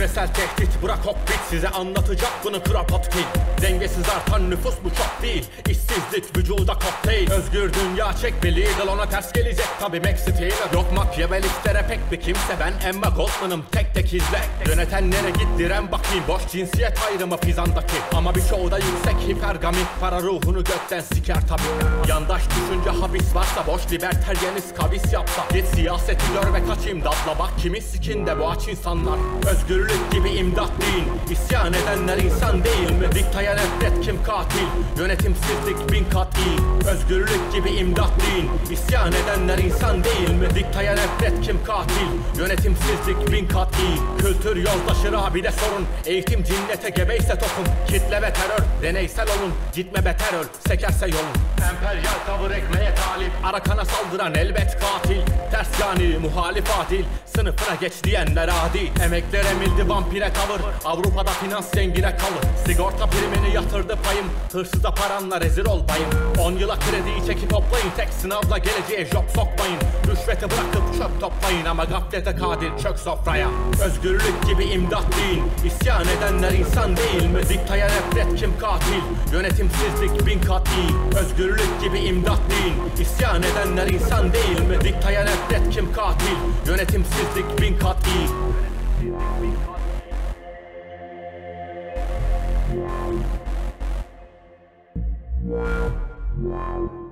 Küresel tehdit bırak kokpit, size anlatacak bunu Kropotkin. Dengesiz artan nüfus bu çok değil, işsizlik vücuda kokteyl. Özgür dünya çek bir legal, ona ters gelecek tabi Max Taylor. Yok Machiavellistlere pek bir kimse, ben Emma Goldman'ım tek tek izle. Yönetenlere git diren bakayım, boş cinsiyet ayrımı Fizan'daki. Ama birçoğu da yüksek hipergami, para ruhunu gökten siker tabi. Yandaş düşünce habis varsa, boş liberteryenist kavis yapsa. Git siyaseti gör ve kaç imdatla bak, kimin sikinde bu aç insanlar. Özgürlük gibi imdat değil, isyan edenler insan değil mi? Diktaya nefret kim katil, yönetimsizlik bin kat iyi. Özgürlük gibi imdat değil, isyan edenler insan değil mi? Diktaya nefret kim katil, yönetimsizlik bin kat iyi. Kültür yozlaşır abi de sorun, eğitim cinnete gebeyse tokun. Kitle ve terör deneysel olun, gitme beter öl sekerse yolun. Emperyal tavır ekmeğe talip, Arakan'a saldıran elbet katil. Ters yani muhalif adil, sınıfına geç diyenler adi. Emekler emildi vampire tavır, Avrupa'da finans zengine kalır. Sigorta primini yatırdı payım, hırsıza paranla rezil ol bayım. 10 yıla krediyi çekip toplayın, tek sınavla geleceğe job sokmayın. Rüşveti bırakıp çöp toplayın ama gaflete kadir çök sofraya. Özgürlük gibi imdat değil, isyan edenler insan değil mi? Diktaya nefret kim katil, yönetimsizlik bin kat iyi. Özgürlük gibi imdat değil, isyan edenler insan değil mi? Diktaya nefret kim katil, yönetimsizlik bin kat iyi. Wow.